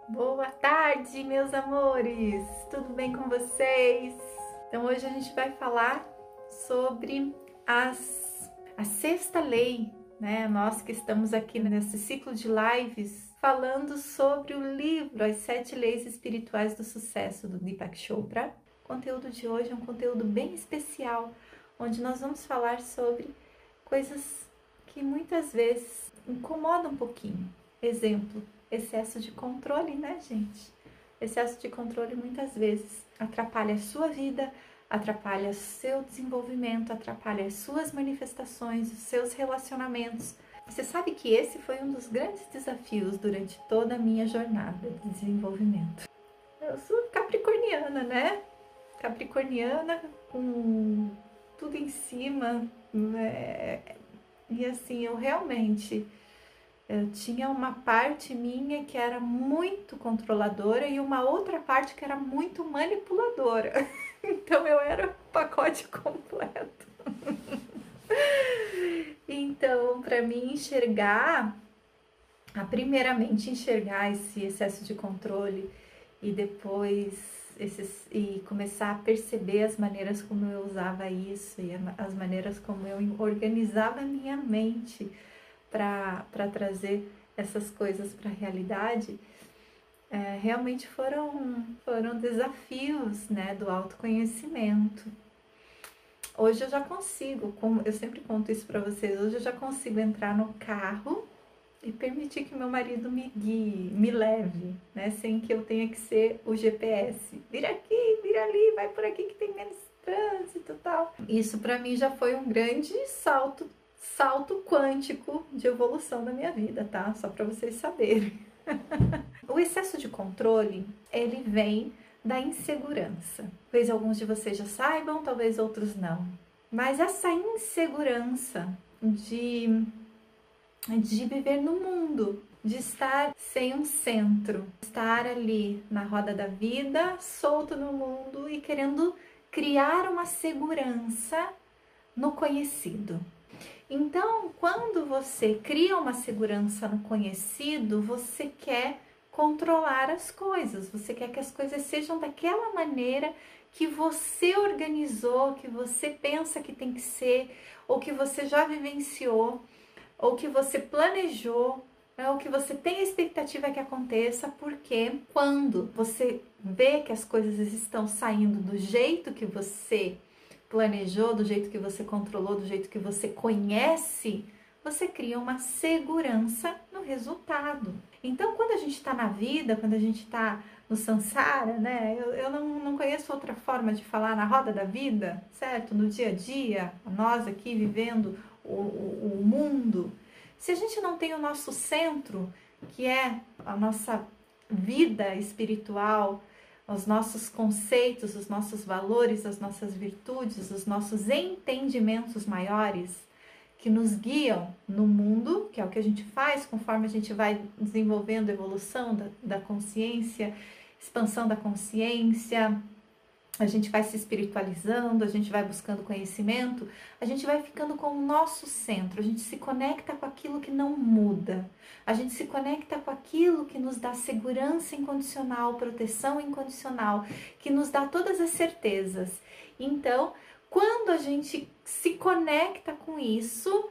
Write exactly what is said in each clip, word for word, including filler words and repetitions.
Boa tarde, meus amores! Tudo bem com vocês? Então hoje a gente vai falar sobre as, a sexta lei, né? Nós que estamos aqui nesse ciclo de lives falando sobre o livro As Sete Leis Espirituais do Sucesso, do Deepak Chopra. O conteúdo de hoje é um conteúdo bem especial, onde nós vamos falar sobre coisas que muitas vezes incomodam um pouquinho. Exemplo, excesso de controle, né, gente? Excesso de controle muitas vezes atrapalha a sua vida, atrapalha o seu desenvolvimento, atrapalha as suas manifestações, os seus relacionamentos. Você sabe que esse foi um dos grandes desafios durante toda a minha jornada de desenvolvimento. Eu sou capricorniana, né? Capricorniana com tudo em cima, né? E assim, eu realmente... Eu tinha uma parte minha que era muito controladora e uma outra parte que era muito manipuladora. Então eu era o pacote completo. Então, para mim enxergar, a primeiramente enxergar esse excesso de controle e depois esses, e começar a perceber as maneiras como eu usava isso e as maneiras como eu organizava a minha mente para trazer essas coisas para a realidade, é, realmente foram, foram desafios, né, do autoconhecimento. Hoje eu já consigo, como eu sempre conto isso para vocês, hoje eu já consigo entrar no carro e permitir que meu marido me guie, me leve, né, sem que eu tenha que ser o G P S. Vira aqui, vira ali, vai por aqui que tem menos trânsito e tal. Isso para mim já foi um grande salto salto quântico de evolução da minha vida, tá? Só para vocês saberem. O excesso de controle, ele vem da insegurança. Talvez alguns de vocês já saibam, talvez outros não. Mas essa insegurança de, de viver no mundo, de estar sem um centro, estar ali na roda da vida, solto no mundo e querendo criar uma segurança no conhecido. Então, quando você cria uma segurança no conhecido, você quer controlar as coisas, você quer que as coisas sejam daquela maneira que você organizou, que você pensa que tem que ser, ou que você já vivenciou, ou que você planejou, ou que você tem a expectativa que aconteça, porque quando você vê que as coisas estão saindo do jeito que você planejou, do jeito que você controlou, do jeito que você conhece, você cria uma segurança no resultado. Então, quando a gente está na vida, quando a gente está no samsara, né? Eu, eu não, não conheço outra forma de falar na roda da vida, certo? No dia a dia, nós aqui vivendo o, o, o mundo. Se a gente não tem o nosso centro, que é a nossa vida espiritual, os nossos conceitos, os nossos valores, as nossas virtudes, os nossos entendimentos maiores que nos guiam no mundo, que é o que a gente faz conforme a gente vai desenvolvendo a evolução da, da consciência, expansão da consciência, a gente vai se espiritualizando, a gente vai buscando conhecimento, a gente vai ficando com o nosso centro, a gente se conecta com aquilo que não muda, a gente se conecta com aquilo que nos dá segurança incondicional, proteção incondicional, que nos dá todas as certezas. Então, quando a gente se conecta com isso,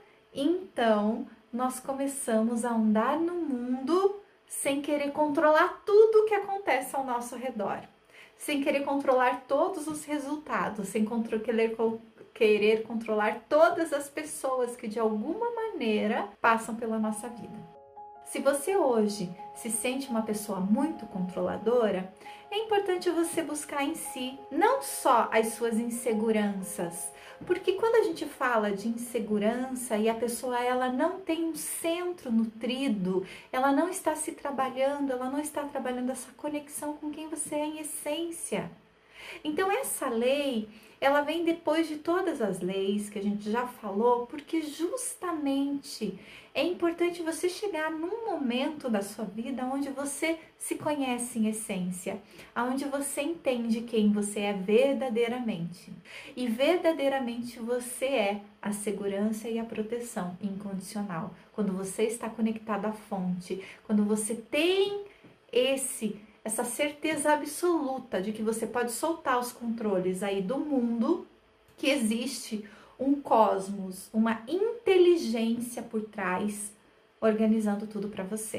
então nós começamos a andar no mundo sem querer controlar tudo o que acontece ao nosso redor, sem querer controlar todos os resultados, sem contro- querer, querer controlar todas as pessoas que de alguma maneira passam pela nossa vida. Se você hoje se sente uma pessoa muito controladora, é importante você buscar em si não só as suas inseguranças, porque quando a gente fala de insegurança e a pessoa ela não tem um centro nutrido, ela não está se trabalhando, ela não está trabalhando essa conexão com quem você é em essência. Então essa lei, ela vem depois de todas as leis que a gente já falou, porque justamente é importante você chegar num momento da sua vida onde você se conhece em essência, onde você entende quem você é verdadeiramente. E verdadeiramente você é a segurança e a proteção incondicional. Quando você está conectado à fonte, quando você tem esse essa certeza absoluta de que você pode soltar os controles aí do mundo, que existe um cosmos, uma inteligência por trás, organizando tudo para você.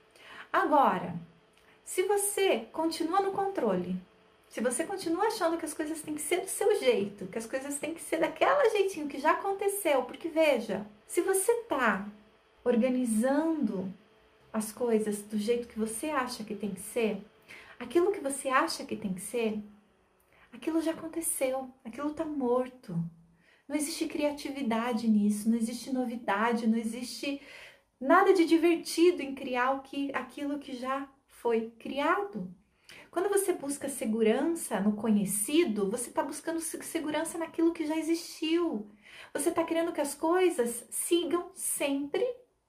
Agora, se você continua no controle, se você continua achando que as coisas têm que ser do seu jeito, que as coisas têm que ser daquele jeitinho que já aconteceu, porque veja, se você tá organizando as coisas do jeito que você acha que tem que ser, aquilo que você acha que tem que ser, aquilo já aconteceu, aquilo tá morto. Não existe criatividade nisso, não existe novidade, não existe nada de divertido em criar o que, aquilo que já foi criado. Quando você busca segurança no conhecido, você está buscando segurança naquilo que já existiu. Você está querendo que as coisas sigam sempre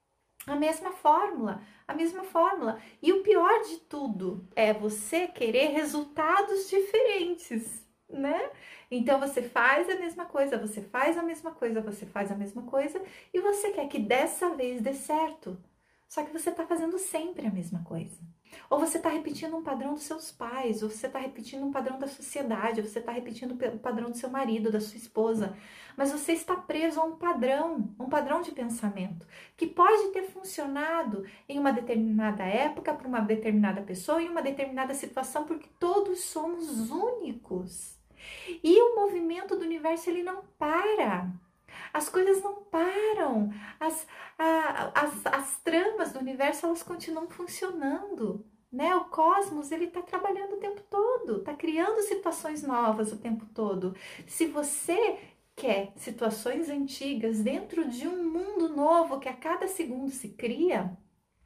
a mesma fórmula, a mesma fórmula. E o pior de tudo é você querer resultados diferentes, né? Então você faz a mesma coisa, você faz a mesma coisa, você faz a mesma coisa e você quer que dessa vez dê certo. Só que você está fazendo sempre a mesma coisa. Ou você está repetindo um padrão dos seus pais, ou você está repetindo um padrão da sociedade, ou você está repetindo o padrão do seu marido, da sua esposa. Mas você está preso a um padrão, um padrão de pensamento, que pode ter funcionado em uma determinada época, para uma determinada pessoa, em uma determinada situação, porque todos somos únicos. E o movimento do universo, ele não para. As coisas não param, as, a, as, as tramas do universo, elas continuam funcionando, né? O cosmos, ele está trabalhando o tempo todo, está criando situações novas o tempo todo. Se você quer situações antigas dentro de um mundo novo que a cada segundo se cria,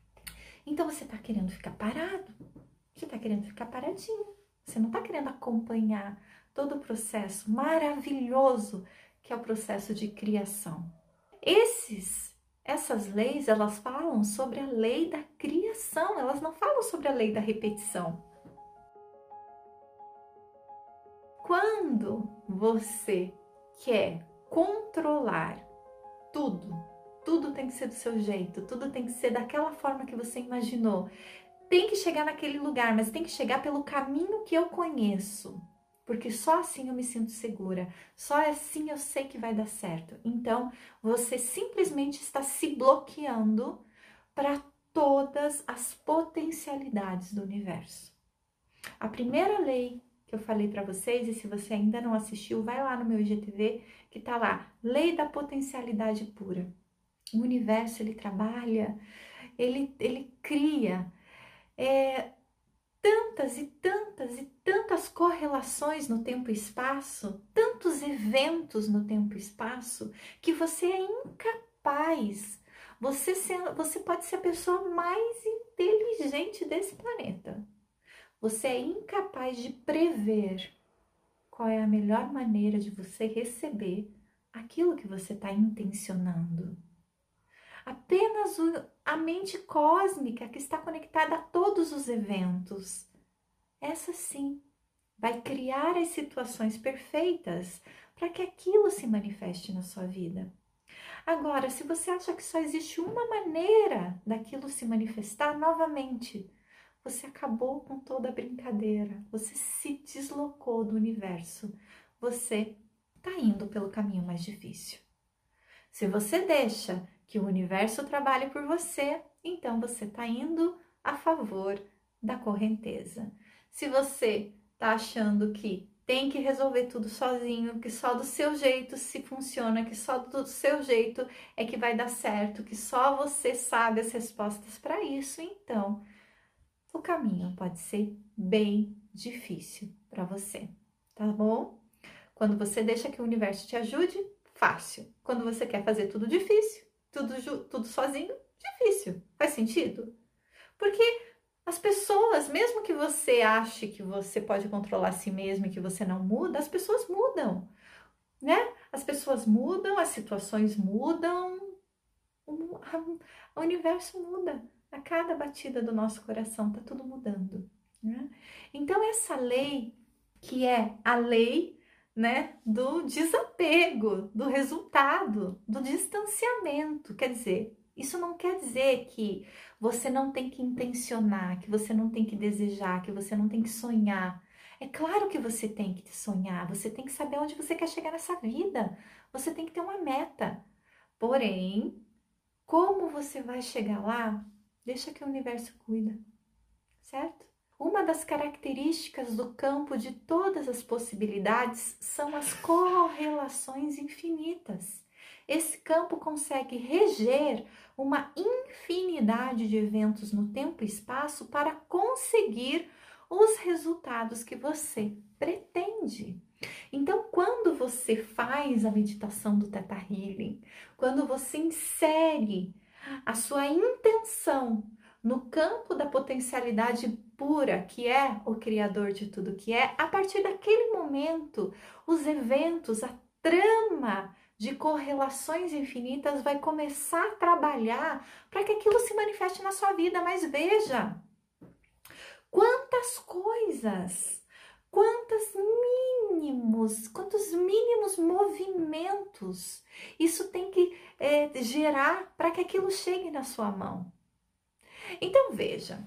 então você está querendo ficar parado, você está querendo ficar paradinho, você não está querendo acompanhar todo o processo maravilhoso que é o processo de criação. Esses, essas leis, elas falam sobre a lei da criação, elas não falam sobre a lei da repetição. Quando você quer controlar tudo, tudo tem que ser do seu jeito, tudo tem que ser daquela forma que você imaginou, tem que chegar naquele lugar, mas tem que chegar pelo caminho que eu conheço. Porque só assim eu me sinto segura, só assim eu sei que vai dar certo. Então, você simplesmente está se bloqueando para todas as potencialidades do universo. A primeira lei que eu falei para vocês, e se você ainda não assistiu, vai lá no meu I G T V, que tá lá, Lei da Potencialidade Pura. O universo, ele trabalha, ele, ele cria, é, tantas e tantas e tantas correlações no tempo e espaço, tantos eventos no tempo e espaço, que você é incapaz. Você, ser, você pode ser a pessoa mais inteligente desse planeta. Você é incapaz de prever qual é a melhor maneira de você receber aquilo que você está intencionando. Apenas a mente cósmica que está conectada a todos os eventos, essa sim vai criar as situações perfeitas para que aquilo se manifeste na sua vida. Agora, se você acha que só existe uma maneira daquilo se manifestar, novamente, você acabou com toda a brincadeira, você se deslocou do universo, você está indo pelo caminho mais difícil. Se você deixa que o universo trabalhe por você, então você está indo a favor da correnteza. Se você está achando que tem que resolver tudo sozinho, que só do seu jeito se funciona, que só do seu jeito é que vai dar certo, que só você sabe as respostas para isso, então o caminho pode ser bem difícil para você, tá bom? Quando você deixa que o universo te ajude, fácil. Quando você quer fazer tudo difícil, tudo, tudo sozinho, difícil. Faz sentido? Porque as pessoas, mesmo que você ache que você pode controlar a si mesmo e que você não muda, as pessoas mudam, né? As pessoas mudam, as situações mudam, o, a, o universo muda. A cada batida do nosso coração tá tudo mudando, né? Então essa lei, que é a lei, né, do desapego, do resultado, do distanciamento, quer dizer, Isso não quer dizer que você não tem que intencionar, que você não tem que desejar, que você não tem que sonhar. É claro que você tem que sonhar, você tem que saber onde você quer chegar nessa vida. Você tem que ter uma meta. Porém, como você vai chegar lá, deixa que o universo cuida, certo? Uma das características do campo de todas as possibilidades são as correlações infinitas. Esse campo consegue reger uma infinidade de eventos no tempo e espaço para conseguir os resultados que você pretende. Então, quando você faz a meditação do Theta Healing, quando você insere a sua intenção no campo da potencialidade pura, que é o Criador de tudo que é, a partir daquele momento, os eventos, a trama de correlações infinitas vai começar a trabalhar para que aquilo se manifeste na sua vida. Mas veja, quantas coisas, quantos mínimos, quantos mínimos movimentos isso tem que é, gerar para que aquilo chegue na sua mão. Então veja,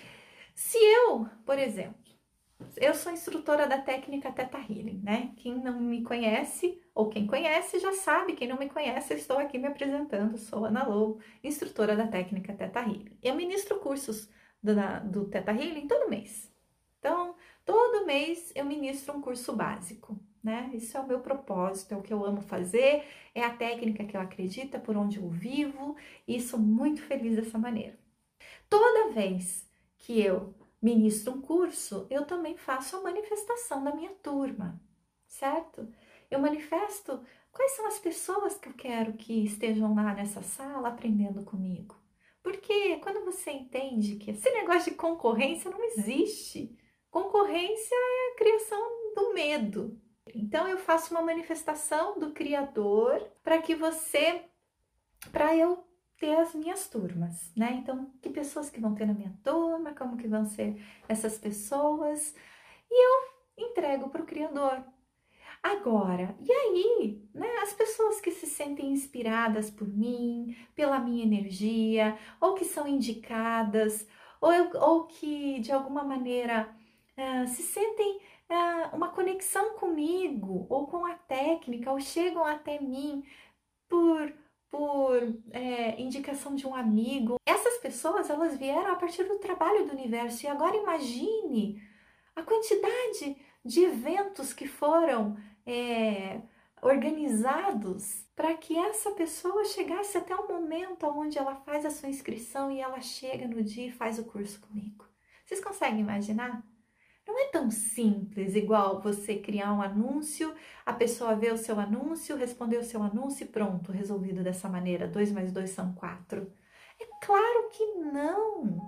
se eu, por exemplo, eu sou instrutora da técnica Theta Healing, né? Quem não me conhece, ou quem conhece já sabe, quem não me conhece, eu estou aqui me apresentando, sou Ana Lobo, instrutora da técnica Theta Healing. Eu ministro cursos do, do Theta Healing todo mês. Então, todo mês eu ministro um curso básico, né? Isso é o meu propósito, é o que eu amo fazer, é a técnica que eu acredito, por onde eu vivo, e sou muito feliz dessa maneira. Toda vez que eu ministro um curso, eu também faço a manifestação da minha turma, certo? Eu manifesto quais são as pessoas que eu quero que estejam lá nessa sala aprendendo comigo. Porque quando você entende que esse negócio de concorrência não existe, concorrência é a criação do medo. Então eu faço uma manifestação do Criador para que você, para eu ter as minhas turmas, né? Então, que pessoas que vão ter na minha turma, como que vão ser essas pessoas, e eu entrego para o Criador. Agora, e aí, né? As pessoas que se sentem inspiradas por mim, pela minha energia, ou que são indicadas, ou, eu, ou que de alguma maneira uh, se sentem uh, uma conexão comigo, ou com a técnica, ou chegam até mim por por é, indicação de um amigo. Essas pessoas, elas vieram a partir do trabalho do universo. E agora imagine a quantidade de eventos que foram é, organizados para que essa pessoa chegasse até o momento onde ela faz a sua inscrição e ela chega no dia e faz o curso comigo. Vocês conseguem imaginar? Não é tão simples, igual você criar um anúncio, a pessoa vê o seu anúncio, responder o seu anúncio e pronto, resolvido dessa maneira, dois mais dois são quatro. É claro que não!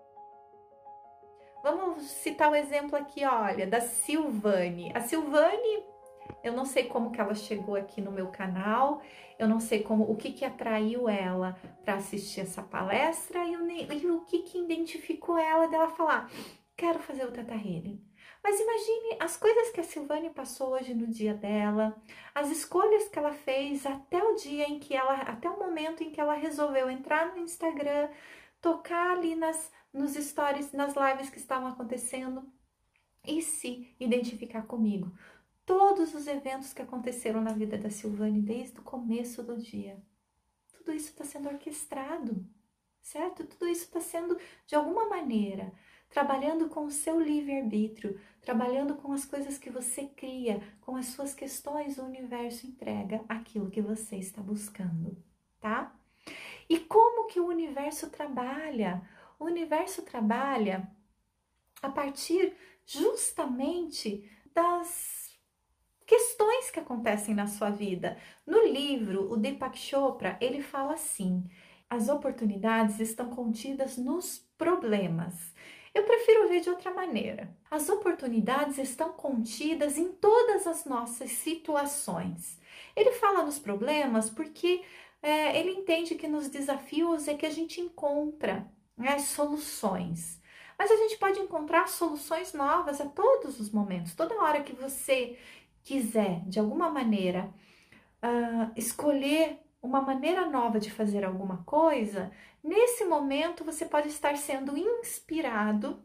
Vamos citar o exemplo aqui, olha, da Silvane. A Silvane, eu não sei como que ela chegou aqui no meu canal, eu não sei como, o que que atraiu ela para assistir essa palestra e o, e o que que identificou ela dela falar: quero fazer o Theta Healing. Mas imagine as coisas que a Silvane passou hoje no dia dela, as escolhas que ela fez até o dia em que ela, até o momento em que ela resolveu entrar no Instagram, tocar ali nas, nos stories, nas lives que estavam acontecendo e se identificar comigo. Todos os eventos que aconteceram na vida da Silvane desde o começo do dia. Tudo isso está sendo orquestrado, certo? Tudo isso está sendo, de alguma maneira, trabalhando com o seu livre-arbítrio, trabalhando com as coisas que você cria, com as suas questões, o universo entrega aquilo que você está buscando, tá? E como que o universo trabalha? O universo trabalha a partir justamente das questões que acontecem na sua vida. No livro, o Deepak Chopra, ele fala assim: as oportunidades estão contidas nos problemas. Eu prefiro ver de outra maneira. As oportunidades estão contidas em todas as nossas situações. Ele fala nos problemas porque é, ele entende que nos desafios é que a gente encontra, né, as soluções. Mas a gente pode encontrar soluções novas a todos os momentos. Toda hora que você quiser, de alguma maneira, uh, escolher uma maneira nova de fazer alguma coisa, nesse momento você pode estar sendo inspirado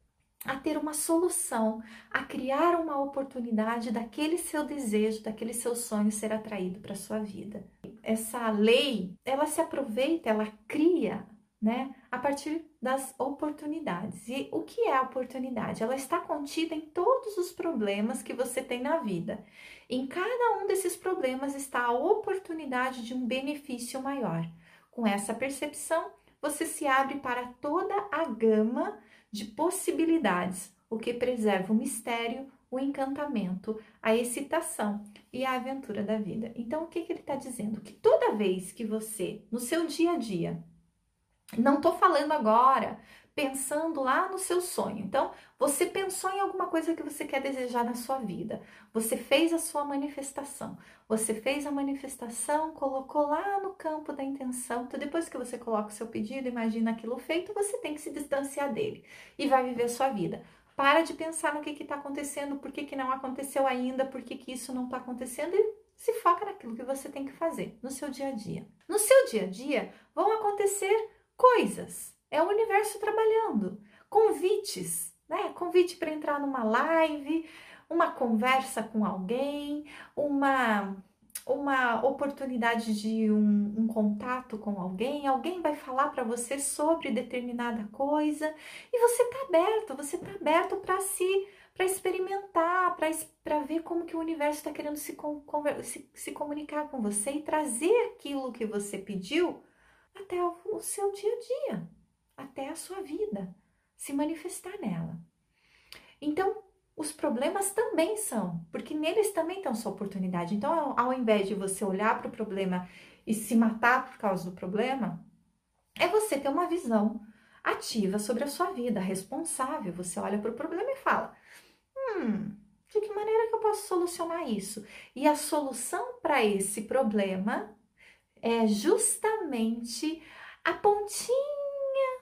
a ter uma solução, a criar uma oportunidade daquele seu desejo, daquele seu sonho ser atraído para a sua vida. Essa lei, ela se aproveita, ela cria, né, a partir das oportunidades. E o que é a oportunidade? Ela está contida em todos os problemas que você tem na vida. Em cada um desses problemas está a oportunidade de um benefício maior. Com essa percepção, você se abre para toda a gama de possibilidades, o que preserva o mistério, o encantamento, a excitação e a aventura da vida. Então, o que, que ele está dizendo? Que toda vez que você, no seu dia a dia, não estou falando agora pensando lá no seu sonho. Então, você pensou em alguma coisa que você quer desejar na sua vida. Você fez a sua manifestação. Você fez a manifestação, colocou lá no campo da intenção. Então, depois que você coloca o seu pedido, imagina aquilo feito, você tem que se distanciar dele e vai viver a sua vida. Para de pensar no que está acontecendo, por que, que não aconteceu ainda, por que, que isso não está acontecendo e se foca naquilo que você tem que fazer no seu dia a dia. No seu dia a dia vão acontecer coisas, é o universo trabalhando, convites, né? Convite para entrar numa live, uma conversa com alguém, uma, uma oportunidade de um, um contato com alguém, alguém vai falar para você sobre determinada coisa e você está aberto, você está aberto para si, para experimentar, para ver como que o universo está querendo se, se, se comunicar com você e trazer aquilo que você pediu até o seu dia a dia, até a sua vida, se manifestar nela. Então, os problemas também são, porque neles também tem sua oportunidade. Então, ao invés de você olhar para o problema e se matar por causa do problema, é você ter uma visão ativa sobre a sua vida, responsável. Você olha para o problema e fala, hum, de que maneira que eu posso solucionar isso? E a solução para esse problema é justamente a pontinha,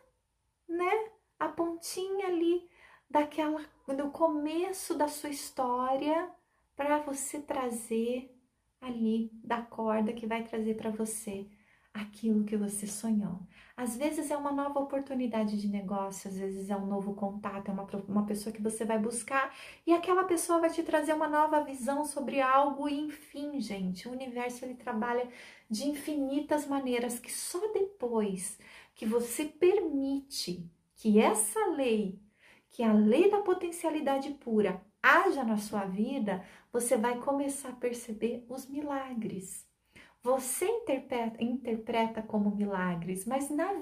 né? A pontinha ali daquela, do começo da sua história para você trazer ali da corda que vai trazer para você aquilo que você sonhou. Às vezes é uma nova oportunidade de negócio, às vezes é um novo contato, é uma, uma pessoa que você vai buscar e aquela pessoa vai te trazer uma nova visão sobre algo e enfim, gente, o universo ele trabalha de infinitas maneiras que só depois que você permite que essa lei, que a lei da potencialidade pura haja na sua vida, você vai começar a perceber os milagres. Você interpreta, interpreta como milagres, mas na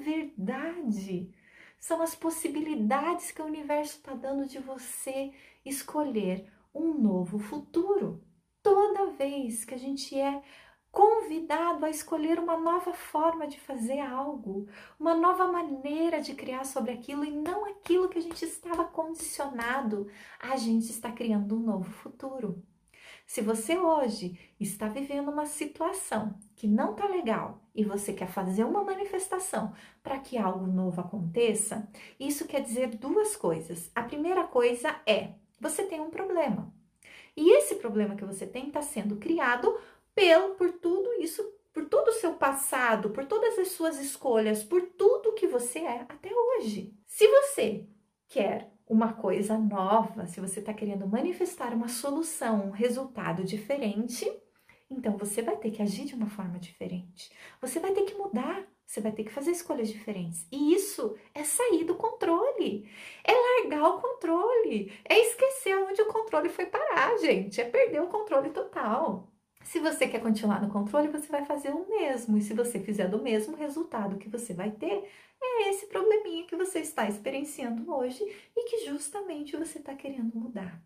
verdade são as possibilidades que o universo está dando de você escolher um novo futuro. Toda vez que a gente é convidado a escolher uma nova forma de fazer algo, uma nova maneira de criar sobre aquilo e não aquilo que a gente estava condicionado, a gente está criando um novo futuro. Se você hoje está vivendo uma situação que não está legal e você quer fazer uma manifestação para que algo novo aconteça, isso quer dizer duas coisas. A primeira coisa é, você tem um problema. E esse problema que você tem está sendo criado pelo, por tudo isso, por todo o seu passado, por todas as suas escolhas, por tudo que você é até hoje. Se você quer uma coisa nova, se você está querendo manifestar uma solução, um resultado diferente, então você vai ter que agir de uma forma diferente. Você vai ter que mudar, você vai ter que fazer escolhas diferentes. E isso é sair do controle, é largar o controle, é esquecer onde o controle foi parar, gente, é perder o controle total. Se você quer continuar no controle, você vai fazer o mesmo. E se você fizer do mesmo, o resultado que você vai ter é esse probleminha que você está experienciando hoje e que justamente você está querendo mudar.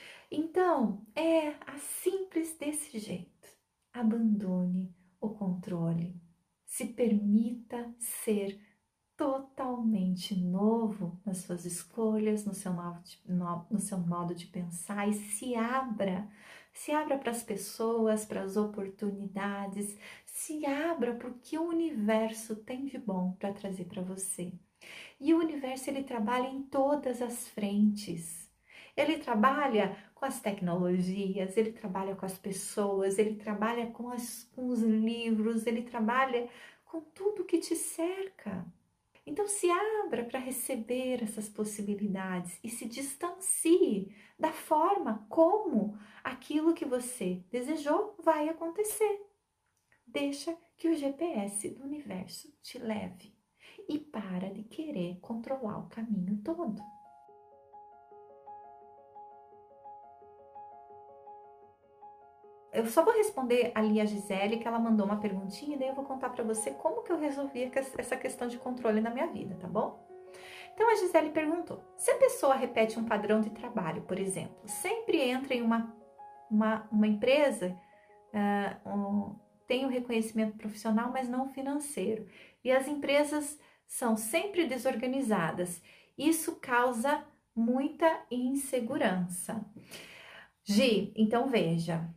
Então, é simples desse jeito. Abandone o controle. Se permita ser totalmente novo nas suas escolhas, no seu, modo de, no, no seu modo de pensar e se abra. Se abra para as pessoas, para as oportunidades, se abra porque o universo tem de bom para trazer para você. E o universo ele trabalha em todas as frentes. Ele trabalha com as tecnologias, ele trabalha com as pessoas, ele trabalha com, as, com os livros, ele trabalha com tudo que te cerca. Então se abra para receber essas possibilidades e se distancie da forma como aquilo que você desejou vai acontecer. Deixa que o G P S do universo te leve e para de querer controlar o caminho todo. Eu só vou responder ali a Gisele, que ela mandou uma perguntinha, e daí eu vou contar para você como que eu resolvi essa questão de controle na minha vida, tá bom? Então a Gisele perguntou, se a pessoa repete um padrão de trabalho, por exemplo, sempre entra em uma, uma, uma empresa, uh, um, tem o reconhecimento profissional, mas não financeiro, e as empresas são sempre desorganizadas, isso causa muita insegurança. Gi, então veja,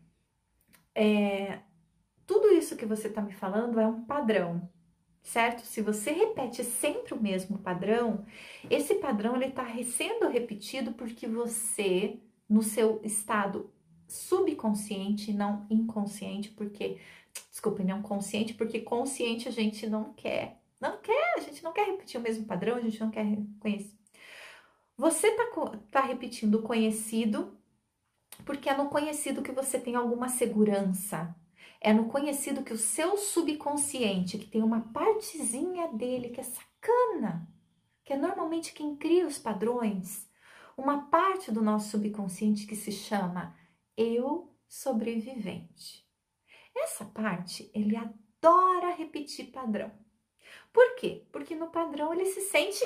É, tudo isso que você está me falando é um padrão, certo? Se você repete sempre o mesmo padrão, esse padrão ele está sendo repetido porque você, no seu estado subconsciente, não inconsciente, porque, desculpe, não consciente, porque consciente a gente não quer, não quer, a gente não quer repetir o mesmo padrão, a gente não quer conhecer. Você está tá repetindo o conhecido, porque é no conhecido que você tem alguma segurança. É no conhecido que o seu subconsciente, que tem uma partezinha dele que é sacana, que é normalmente quem cria os padrões, uma parte do nosso subconsciente que se chama eu sobrevivente. Essa parte, ele adora repetir padrão. Por quê? Porque no padrão ele se sente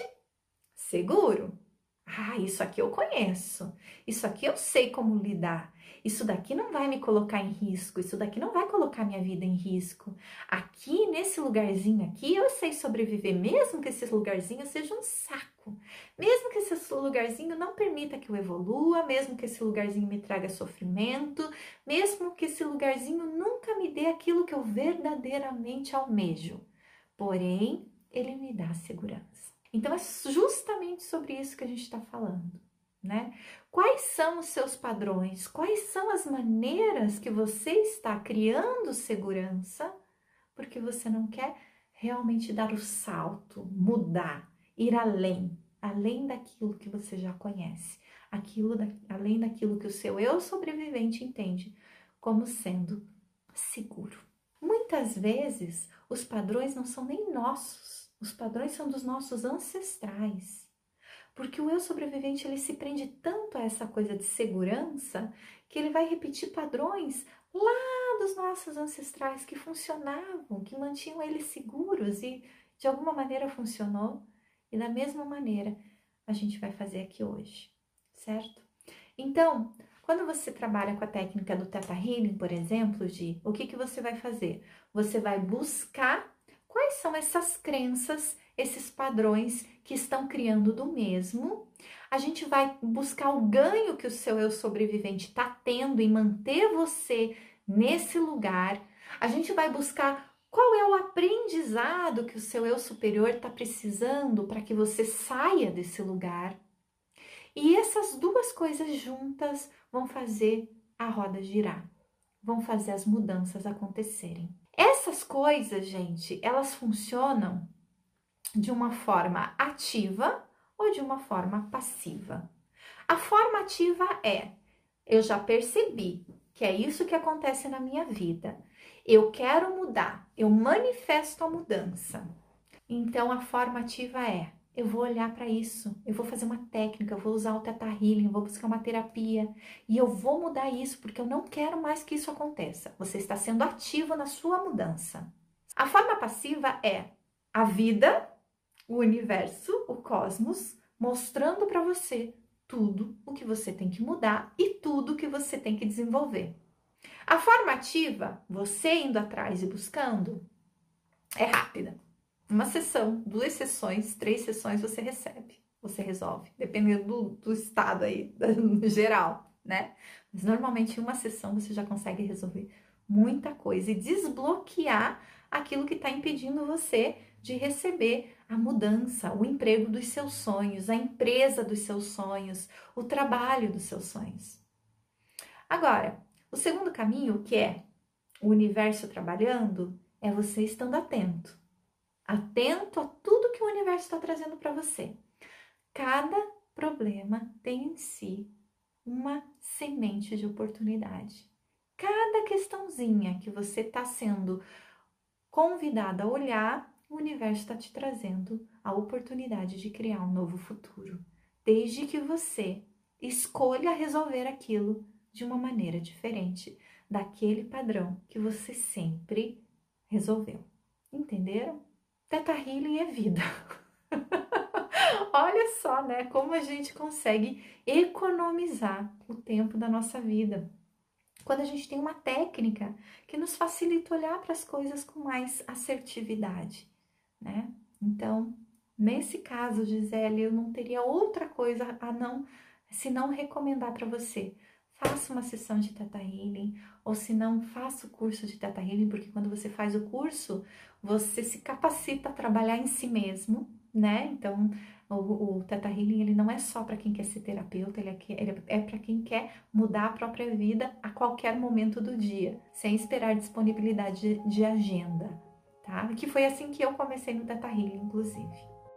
seguro. Ah, isso aqui eu conheço, isso aqui eu sei como lidar, isso daqui não vai me colocar em risco, isso daqui não vai colocar minha vida em risco. Aqui, nesse lugarzinho aqui, eu sei sobreviver, mesmo que esse lugarzinho seja um saco, mesmo que esse lugarzinho não permita que eu evolua, mesmo que esse lugarzinho me traga sofrimento, mesmo que esse lugarzinho nunca me dê aquilo que eu verdadeiramente almejo. Porém, ele me dá segurança. Então, é justamente sobre isso que a gente está falando, né? Quais são os seus padrões? Quais são as maneiras que você está criando segurança porque você não quer realmente dar o salto, mudar, ir além, além daquilo que você já conhece, aquilo da, além daquilo que o seu eu sobrevivente entende como sendo seguro. Muitas vezes, os padrões não são nem nossos. Os padrões são dos nossos ancestrais, porque o eu sobrevivente ele se prende tanto a essa coisa de segurança que ele vai repetir padrões lá dos nossos ancestrais que funcionavam, que mantinham eles seguros e de alguma maneira funcionou. E da mesma maneira a gente vai fazer aqui hoje, certo? Então, quando você trabalha com a técnica do Theta Healing, por exemplo, Gi, o que, que você vai fazer? Você vai buscar quais são essas crenças, esses padrões que estão criando do mesmo. A gente vai buscar o ganho que o seu eu sobrevivente está tendo em manter você nesse lugar. A gente vai buscar qual é o aprendizado que o seu eu superior está precisando para que você saia desse lugar. E essas duas coisas juntas vão fazer a roda girar, vão fazer as mudanças acontecerem. Essas coisas, gente, elas funcionam de uma forma ativa ou de uma forma passiva. A forma ativa é, eu já percebi que é isso que acontece na minha vida. Eu quero mudar, eu manifesto a mudança. Então, a forma ativa é, eu vou olhar para isso, eu vou fazer uma técnica, eu vou usar o Theta Healing, eu vou buscar uma terapia e eu vou mudar isso porque eu não quero mais que isso aconteça. Você está sendo ativo na sua mudança. A forma passiva é a vida, o universo, o cosmos, mostrando para você tudo o que você tem que mudar e tudo o que você tem que desenvolver. A forma ativa, você indo atrás e buscando, é rápida. Uma sessão, duas sessões, três sessões você recebe, você resolve, dependendo do, do estado aí, no geral, né? Mas normalmente em uma sessão você já consegue resolver muita coisa e desbloquear aquilo que está impedindo você de receber a mudança, o emprego dos seus sonhos, a empresa dos seus sonhos, o trabalho dos seus sonhos. Agora, o segundo caminho, que é o universo trabalhando, é você estando atento. Atento a tudo que o universo está trazendo para você. Cada problema tem em si uma semente de oportunidade. Cada questãozinha que você está sendo convidada a olhar, o universo está te trazendo a oportunidade de criar um novo futuro. Desde que você escolha resolver aquilo de uma maneira diferente daquele padrão que você sempre resolveu. Entenderam? Teta Healing é vida. Olha só, né, como a gente consegue economizar o tempo da nossa vida. Quando a gente tem uma técnica que nos facilita olhar para as coisas com mais assertividade, né? Então, nesse caso, Gisele, eu não teria outra coisa a não, se não recomendar para você. Faça uma sessão de Teta Healing, ou se não, faça o curso de Teta Healing, porque quando você faz o curso, você se capacita a trabalhar em si mesmo, né? Então, o, o Teta Healing, ele não é só para quem quer ser terapeuta, ele é, ele é para quem quer mudar a própria vida a qualquer momento do dia, sem esperar disponibilidade de, de agenda, tá? Que foi assim que eu comecei no Teta Healing, inclusive.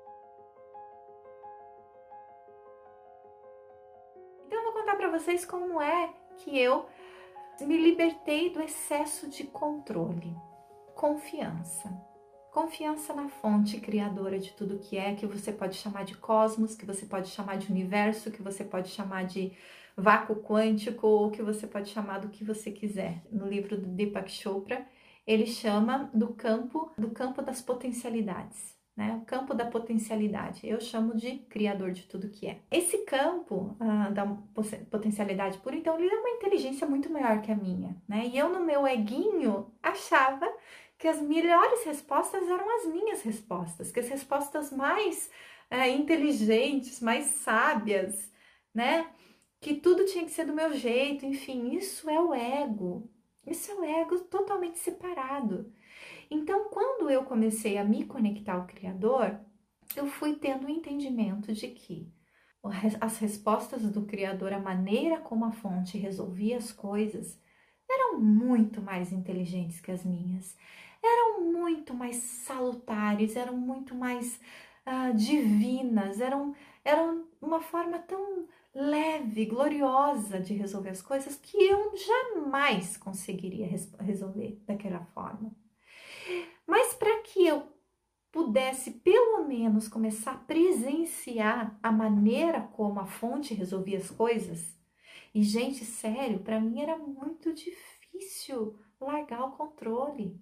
Então, eu vou contar para vocês como é que eu me libertei do excesso de controle. Confiança. Confiança na fonte criadora de tudo que é, que você pode chamar de cosmos, que você pode chamar de universo, que você pode chamar de vácuo quântico, ou que você pode chamar do que você quiser. No livro do Deepak Chopra, ele chama do campo, do campo das potencialidades, né? O campo da potencialidade. Eu chamo de criador de tudo que é. Esse campo ah, da potencialidade pura, então, ele é uma inteligência muito maior que a minha, né? E eu, no meu eguinho, achava que as melhores respostas eram as minhas respostas, que as respostas mais é, inteligentes, mais sábias, né? Que tudo tinha que ser do meu jeito, enfim, isso é o ego. Isso é o ego totalmente separado. Então, quando eu comecei a me conectar ao Criador, eu fui tendo o entendimento de que as respostas do Criador, a maneira como a fonte resolvia as coisas, eram muito mais inteligentes que as minhas, eram muito mais salutares, eram muito mais uh, divinas, eram, eram uma forma tão leve, gloriosa de resolver as coisas que eu jamais conseguiria res- resolver daquela forma. Mas para que eu pudesse pelo menos começar a presenciar a maneira como a fonte resolvia as coisas, e gente, sério, para mim era muito difícil largar o controle.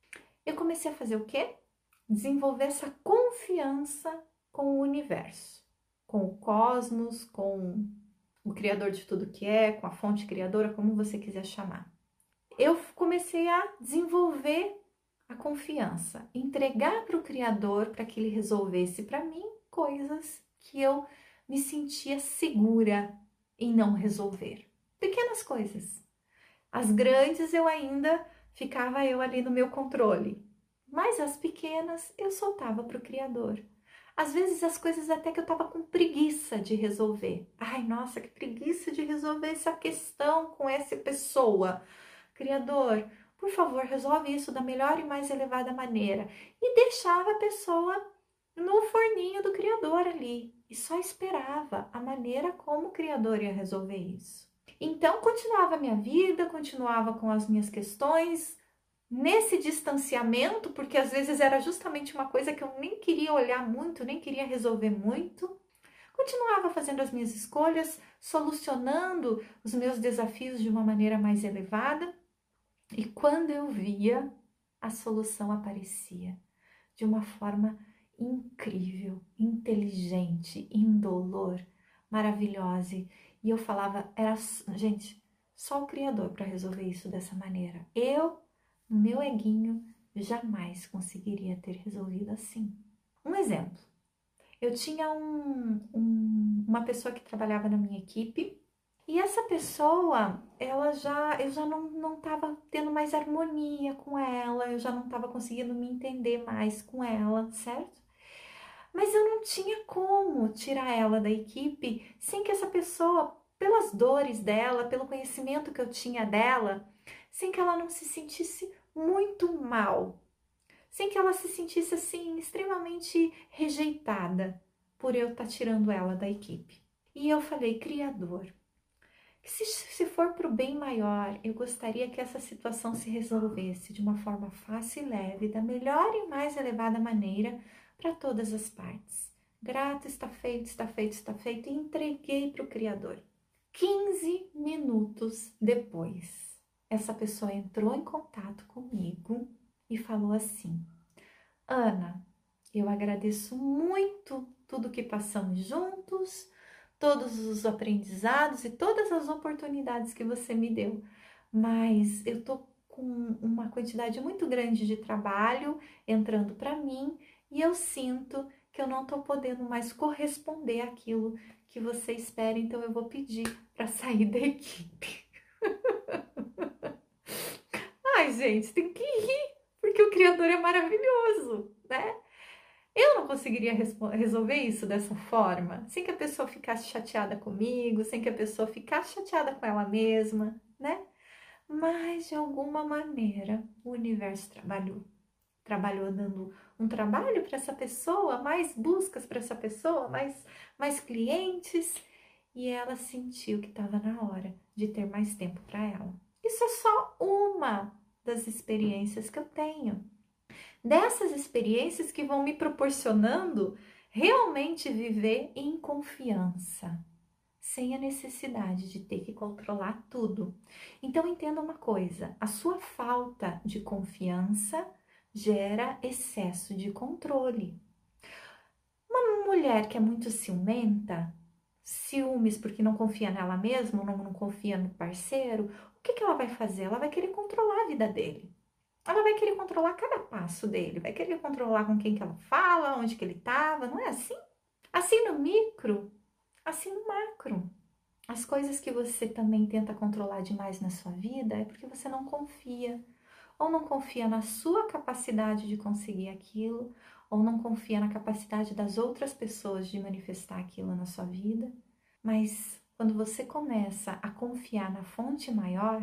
Eu comecei a fazer o quê? Desenvolver essa confiança com o universo, com o cosmos, com o criador de tudo que é, com a fonte criadora, como você quiser chamar. Eu comecei a desenvolver a confiança, entregar para o criador para que ele resolvesse para mim coisas que eu me sentia segura em não resolver. Pequenas coisas. As grandes eu ainda ficava eu ali no meu controle, mas as pequenas eu soltava para o Criador. Às vezes as coisas até que eu estava com preguiça de resolver. Ai, nossa, que preguiça de resolver essa questão com essa pessoa. Criador, por favor, resolve isso da melhor e mais elevada maneira. E deixava a pessoa no forninho do Criador ali. E só esperava a maneira como o Criador ia resolver isso. Então, continuava a minha vida, continuava com as minhas questões, nesse distanciamento, porque às vezes era justamente uma coisa que eu nem queria olhar muito, nem queria resolver muito. Continuava fazendo as minhas escolhas, solucionando os meus desafios de uma maneira mais elevada. E quando eu via, a solução aparecia de uma forma incrível, inteligente, indolor, maravilhosa. E eu falava, era, gente, só o Criador para resolver isso dessa maneira. Eu, no meu eguinho, jamais conseguiria ter resolvido assim. Um exemplo, eu tinha um, um, uma pessoa que trabalhava na minha equipe, e essa pessoa, ela já, eu já não não estava tendo mais harmonia com ela, eu já não estava conseguindo me entender mais com ela, certo? Mas eu não tinha como tirar ela da equipe sem que essa pessoa pelas dores dela, pelo conhecimento que eu tinha dela, sem que ela não se sentisse muito mal, sem que ela se sentisse assim extremamente rejeitada por eu estar tirando ela da equipe. E eu falei, Criador, que se, se for para o bem maior, eu gostaria que essa situação se resolvesse de uma forma fácil e leve, da melhor e mais elevada maneira para todas as partes. Grato, está feito, está feito, está feito, e entreguei para o Criador. quinze minutos depois, essa pessoa entrou em contato comigo e falou assim, Ana, eu agradeço muito tudo que passamos juntos, todos os aprendizados e todas as oportunidades que você me deu, mas eu tô com uma quantidade muito grande de trabalho entrando para mim e eu sinto que eu não tô podendo mais corresponder àquilo que você espera, então eu vou pedir para sair da equipe. Ai, gente, tem que rir, porque o Criador é maravilhoso, né? Eu não conseguiria resolver isso dessa forma, sem que a pessoa ficasse chateada comigo, sem que a pessoa ficasse chateada com ela mesma, né? Mas, de alguma maneira, o universo trabalhou. Trabalhou dando um trabalho para essa pessoa, mais buscas para essa pessoa, mais, mais clientes, e ela sentiu que estava na hora de ter mais tempo para ela. Isso é só uma das experiências que eu tenho. Dessas experiências que vão me proporcionando realmente viver em confiança, sem a necessidade de ter que controlar tudo. Então entenda uma coisa, a sua falta de confiança gera excesso de controle. Uma mulher que é muito ciumenta, ciúmes porque não confia nela mesma, não, não confia no parceiro, o que, que ela vai fazer? Ela vai querer controlar a vida dele. Ela vai querer controlar cada passo dele, vai querer controlar com quem que ela fala, onde que ele estava, não é assim? Assim no micro, assim no macro. As coisas que você também tenta controlar demais na sua vida é porque você não confia. Ou não confia na sua capacidade de conseguir aquilo, ou não confia na capacidade das outras pessoas de manifestar aquilo na sua vida. Mas quando você começa a confiar na fonte maior,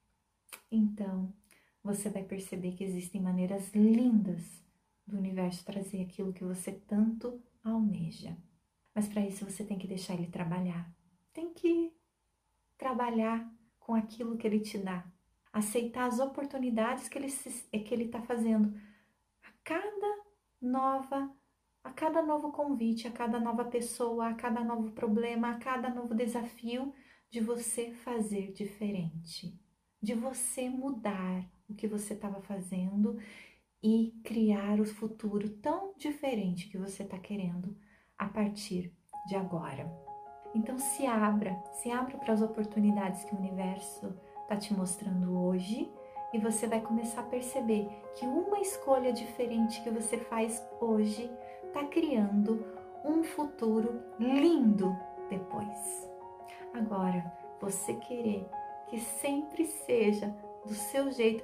então você vai perceber que existem maneiras lindas do universo trazer aquilo que você tanto almeja. Mas para isso você tem que deixar ele trabalhar. Tem que trabalhar com aquilo que ele te dá. Aceitar as oportunidades que ele que ele está fazendo. A cada nova, a cada novo convite, a cada nova pessoa, a cada novo problema, a cada novo desafio de você fazer diferente. De você mudar o que você estava fazendo e criar o futuro tão diferente que você está querendo a partir de agora. Então se abra, se abra para as oportunidades que o universo está te mostrando hoje e você vai começar a perceber que uma escolha diferente que você faz hoje está criando um futuro lindo depois. Agora, você querer que sempre seja do seu jeito.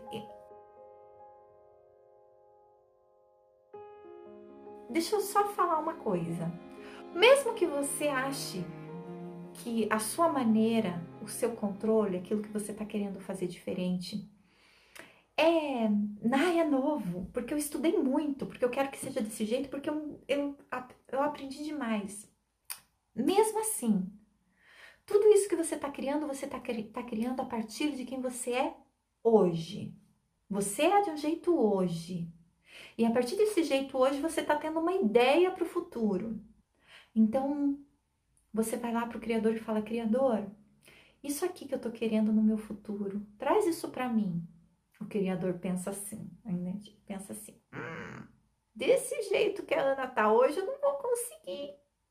Deixa eu só falar uma coisa. Mesmo que você ache que a sua maneira, o seu controle, aquilo que você está querendo fazer diferente, é, ai, é novo, porque eu estudei muito, porque eu quero que seja desse jeito, porque eu, eu, eu aprendi demais. Mesmo assim, tudo isso que você está criando, você está tá criando a partir de quem você é hoje. Você é de um jeito hoje. E a partir desse jeito hoje, você está tendo uma ideia para o futuro. Então, você vai lá para o Criador e fala, Criador, isso aqui que eu estou querendo no meu futuro, traz isso para mim. O Criador pensa assim, né? pensa assim, hum, desse jeito que a Ana está hoje, eu não vou conseguir.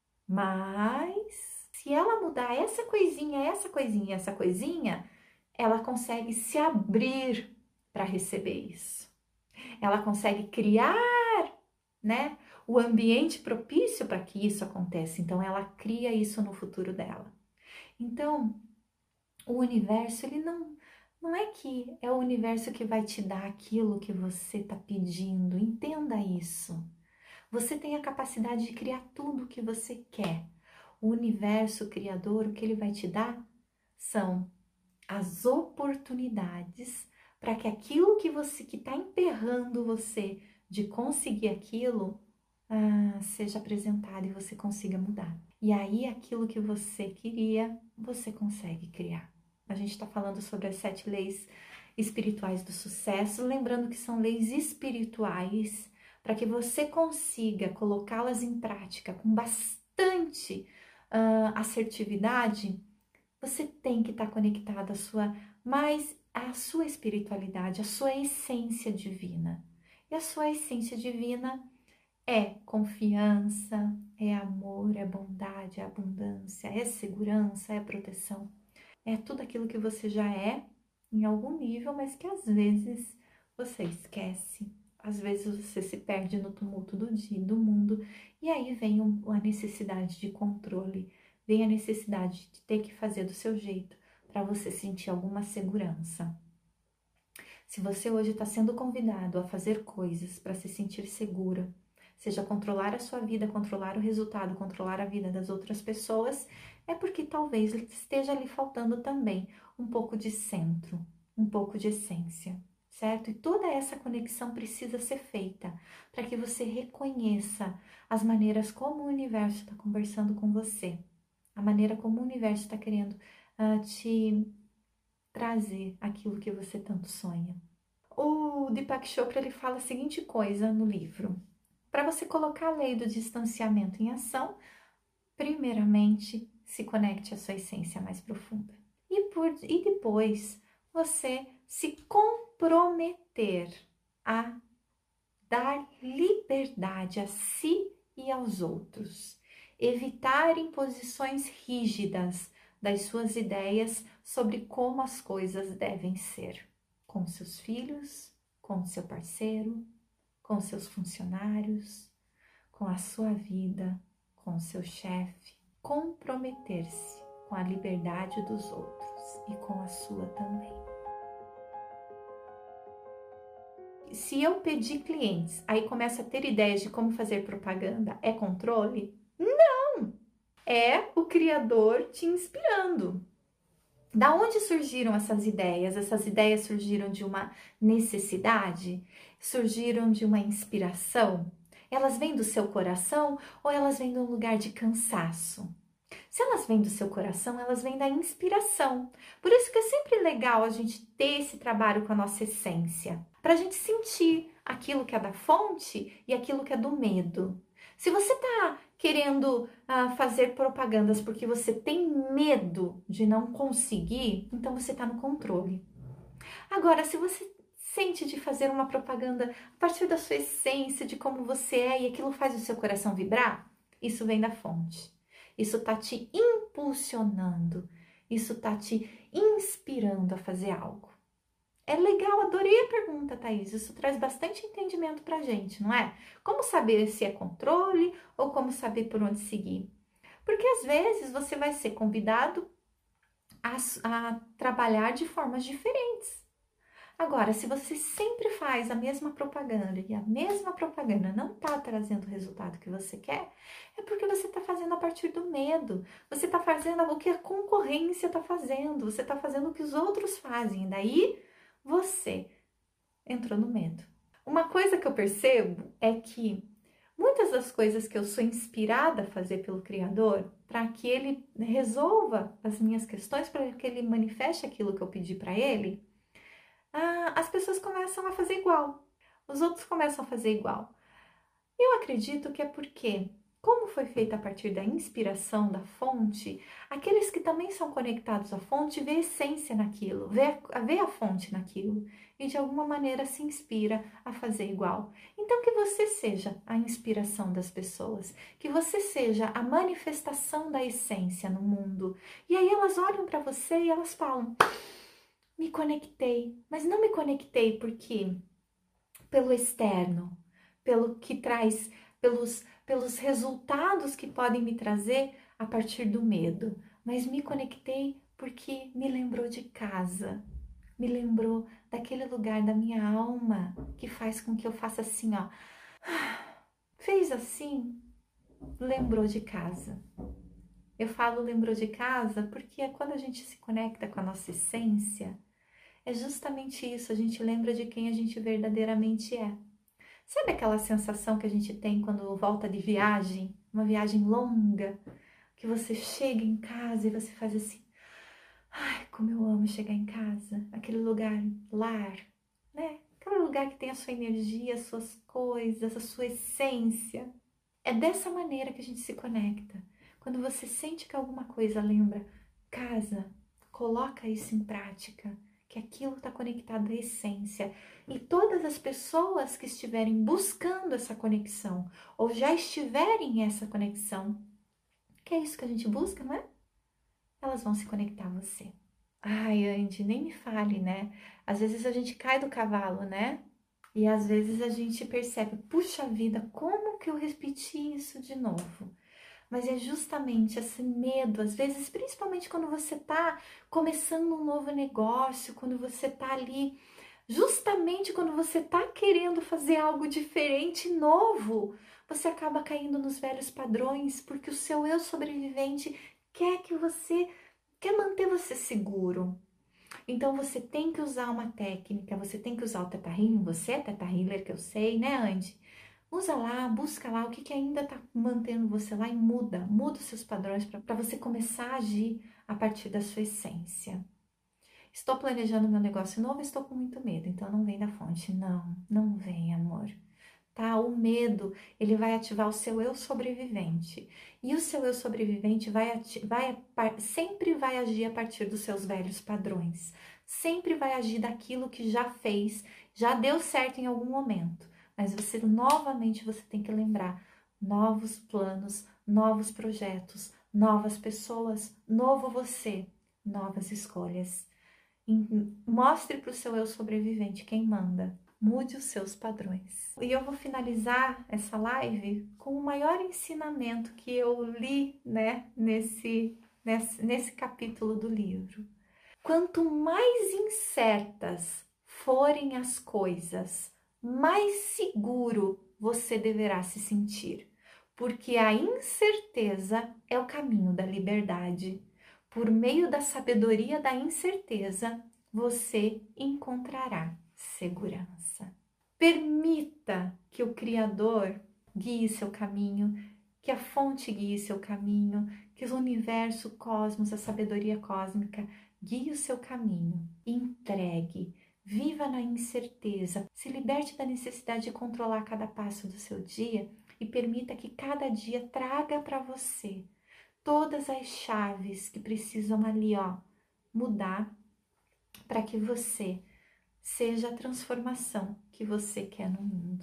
Mas, se ela mudar essa coisinha, essa coisinha, essa coisinha, ela consegue se abrir para receber isso. Ela consegue criar, né, o ambiente propício para que isso aconteça. Então, ela cria isso no futuro dela. Então, o universo, ele não, não é que é o universo que vai te dar aquilo que você está pedindo. Entenda isso. Você tem a capacidade de criar tudo o que você quer. O universo, o Criador, o que ele vai te dar são as oportunidades para que aquilo que você que está emperrando você de conseguir aquilo ah, seja apresentado e você consiga mudar. E aí aquilo que você queria, você consegue criar. A gente está falando sobre as sete leis espirituais do sucesso, lembrando que são leis espirituais para que você consiga colocá-las em prática com bastante uh, assertividade. Você tem que estar conectado à sua, mais à sua espiritualidade, à sua essência divina. E a sua essência divina é confiança, é amor, é bondade, é abundância, é segurança, é proteção. É tudo aquilo que você já é em algum nível, mas que às vezes você esquece. Às vezes você se perde no tumulto do dia, do mundo, e aí vem a necessidade de controle, vem a necessidade de ter que fazer do seu jeito para você sentir alguma segurança. Se você hoje está sendo convidado a fazer coisas para se sentir segura, seja controlar a sua vida, controlar o resultado, controlar a vida das outras pessoas, é porque talvez esteja lhe faltando também um pouco de centro, um pouco de essência, certo? E toda essa conexão precisa ser feita para que você reconheça as maneiras como o universo está conversando com você, a maneira como o universo está querendo uh, te trazer aquilo que você tanto sonha. O Deepak Chopra ele fala a seguinte coisa no livro: para você colocar a lei do distanciamento em ação, primeiramente se conecte à sua essência mais profunda. E, por, e depois você se comprometer a dar liberdade a si e aos outros. Evitar imposições rígidas das suas ideias sobre como as coisas devem ser. Com seus filhos, com seu parceiro, com seus funcionários, com a sua vida, com seu chefe. Comprometer-se com a liberdade dos outros e com a sua também. Se eu pedir clientes, aí começa a ter ideias de como fazer propaganda, é controle? Não! É o Criador te inspirando. Da onde surgiram essas ideias? Essas ideias surgiram de uma necessidade? Surgiram de uma inspiração? Elas vêm do seu coração ou elas vêm de um lugar de cansaço? Se elas vêm do seu coração, elas vêm da inspiração. Por isso que é sempre legal a gente ter esse trabalho com a nossa essência, para a gente sentir aquilo que é da fonte e aquilo que é do medo. Se você está querendo uh, fazer propagandas porque você tem medo de não conseguir, então você está no controle. Agora, se você sente de fazer uma propaganda a partir da sua essência, de como você é, e aquilo faz o seu coração vibrar, isso vem da fonte. Isso está te impulsionando, isso está te inspirando a fazer algo. É legal, adorei a pergunta, Thaís. Isso traz bastante entendimento pra gente, não é? Como saber se é controle ou como saber por onde seguir? Porque às vezes você vai ser convidado a, a trabalhar de formas diferentes. Agora, se você sempre faz a mesma propaganda e a mesma propaganda não está trazendo o resultado que você quer, é porque você está fazendo a partir do medo. Você está fazendo o que a concorrência está fazendo. Você está fazendo o que os outros fazem. Daí você entrou no medo. Uma coisa que eu percebo é que muitas das coisas que eu sou inspirada a fazer pelo Criador, para que Ele resolva as minhas questões, para que Ele manifeste aquilo que eu pedi para Ele, ah, as pessoas começam a fazer igual. Os outros começam a fazer igual. Eu acredito que é porque, como foi feita a partir da inspiração da fonte, aqueles que também são conectados à fonte vê a essência naquilo, vê a, vê a fonte naquilo e de alguma maneira se inspira a fazer igual. Então que você seja a inspiração das pessoas, que você seja a manifestação da essência no mundo. E aí elas olham para você e elas falam: me conectei, mas não me conectei porque pelo externo, pelo que traz, pelos, pelos resultados que podem me trazer a partir do medo, mas me conectei porque me lembrou de casa, me lembrou daquele lugar da minha alma que faz com que eu faça assim, ó, fez assim, lembrou de casa. Eu falo lembrou de casa porque é quando a gente se conecta com a nossa essência, é justamente isso, a gente lembra de quem a gente verdadeiramente é. Sabe aquela sensação que a gente tem quando volta de viagem, uma viagem longa, que você chega em casa e você faz assim, ai, como eu amo chegar em casa, aquele lugar, lar, né? Aquele lugar que tem a sua energia, as suas coisas, a sua essência. É dessa maneira que a gente se conecta. Quando você sente que alguma coisa lembra casa, coloca isso em prática, que aquilo está conectado à essência. E todas as pessoas que estiverem buscando essa conexão, ou já estiverem em essa conexão, que é isso que a gente busca, não é? Elas vão se conectar a você. Ai, Andy, nem me fale, né? Às vezes a gente cai do cavalo, né? E às vezes a gente percebe, puxa vida, como que eu repeti isso de novo? Mas é justamente esse medo, às vezes, principalmente quando você tá começando um novo negócio, quando você tá ali, justamente quando você tá querendo fazer algo diferente, novo, você acaba caindo nos velhos padrões, porque o seu eu sobrevivente quer que você, quer manter você seguro. Então você tem que usar uma técnica, você tem que usar o Theta Healing, você é Theta Healer, que eu sei, né, Andy? Usa lá, busca lá o que, que ainda está mantendo você lá e muda, muda os seus padrões para você começar a agir a partir da sua essência. Estou planejando meu negócio novo, estou com muito medo, então não vem da fonte. Não, não vem, amor. Tá? O medo, ele vai ativar o seu eu sobrevivente. E o seu eu sobrevivente vai, vai sempre vai agir a partir dos seus velhos padrões. Sempre vai agir daquilo que já fez, já deu certo em algum momento. Mas você, novamente, você tem que lembrar novos planos, novos projetos, novas pessoas, novo você, novas escolhas. Mostre para o seu eu sobrevivente quem manda. Mude os seus padrões. E eu vou finalizar essa live com o maior ensinamento que eu li, né, nesse, nesse, nesse capítulo do livro. Quanto mais incertas forem as coisas, mais seguro você deverá se sentir, porque a incerteza é o caminho da liberdade. Por meio da sabedoria da incerteza, você encontrará segurança. Permita que o Criador guie seu caminho, que a fonte guie seu caminho, que o universo, o cosmos, a sabedoria cósmica guie o seu caminho. Entregue, viva na incerteza, se liberte da necessidade de controlar cada passo do seu dia e permita que cada dia traga para você todas as chaves que precisam ali, ó, mudar para que você seja a transformação que você quer no mundo.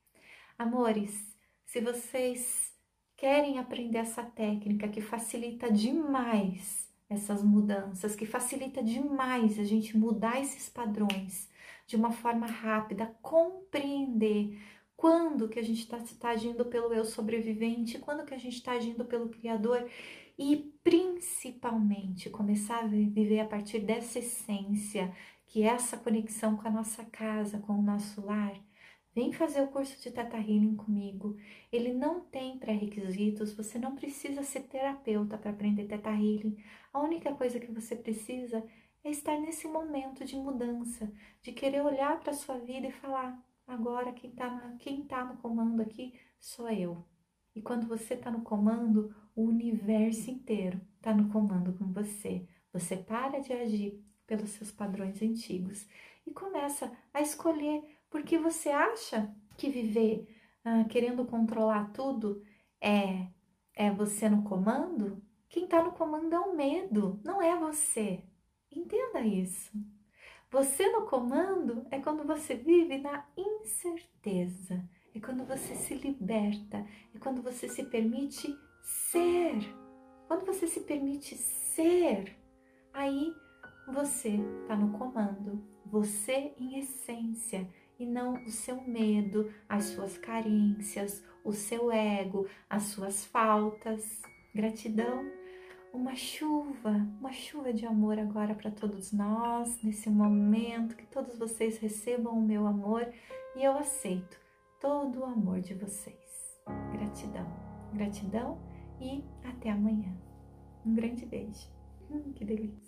Amores, se vocês querem aprender essa técnica que facilita demais essas mudanças, que facilita demais a gente mudar esses padrões de uma forma rápida, compreender quando que a gente está tá agindo pelo eu sobrevivente, quando que a gente está agindo pelo Criador e principalmente começar a viver a partir dessa essência, que é essa conexão com a nossa casa, com o nosso lar. Vem fazer o curso de Theta Healing comigo. Ele não tem pré-requisitos, você não precisa ser terapeuta para aprender Theta Healing. A única coisa que você precisa é estar nesse momento de mudança, de querer olhar para a sua vida e falar, agora quem está quem tá no comando aqui sou eu. E quando você está no comando, o universo inteiro está no comando com você. Você para de agir pelos seus padrões antigos e começa a escolher, porque você acha que viver ah, querendo controlar tudo é, é você no comando? Quem está no comando é o medo, não é você. Entenda isso. Você no comando é quando você vive na incerteza, é quando você se liberta, é quando você se permite ser. Quando você se permite ser, aí você está no comando, você em essência, e não o seu medo, as suas carências, o seu ego, as suas faltas. Gratidão. Uma chuva, uma chuva de amor agora para todos nós, nesse momento, que todos vocês recebam o meu amor e eu aceito todo o amor de vocês. Gratidão, gratidão e até amanhã. Um grande beijo. Hum, que delícia.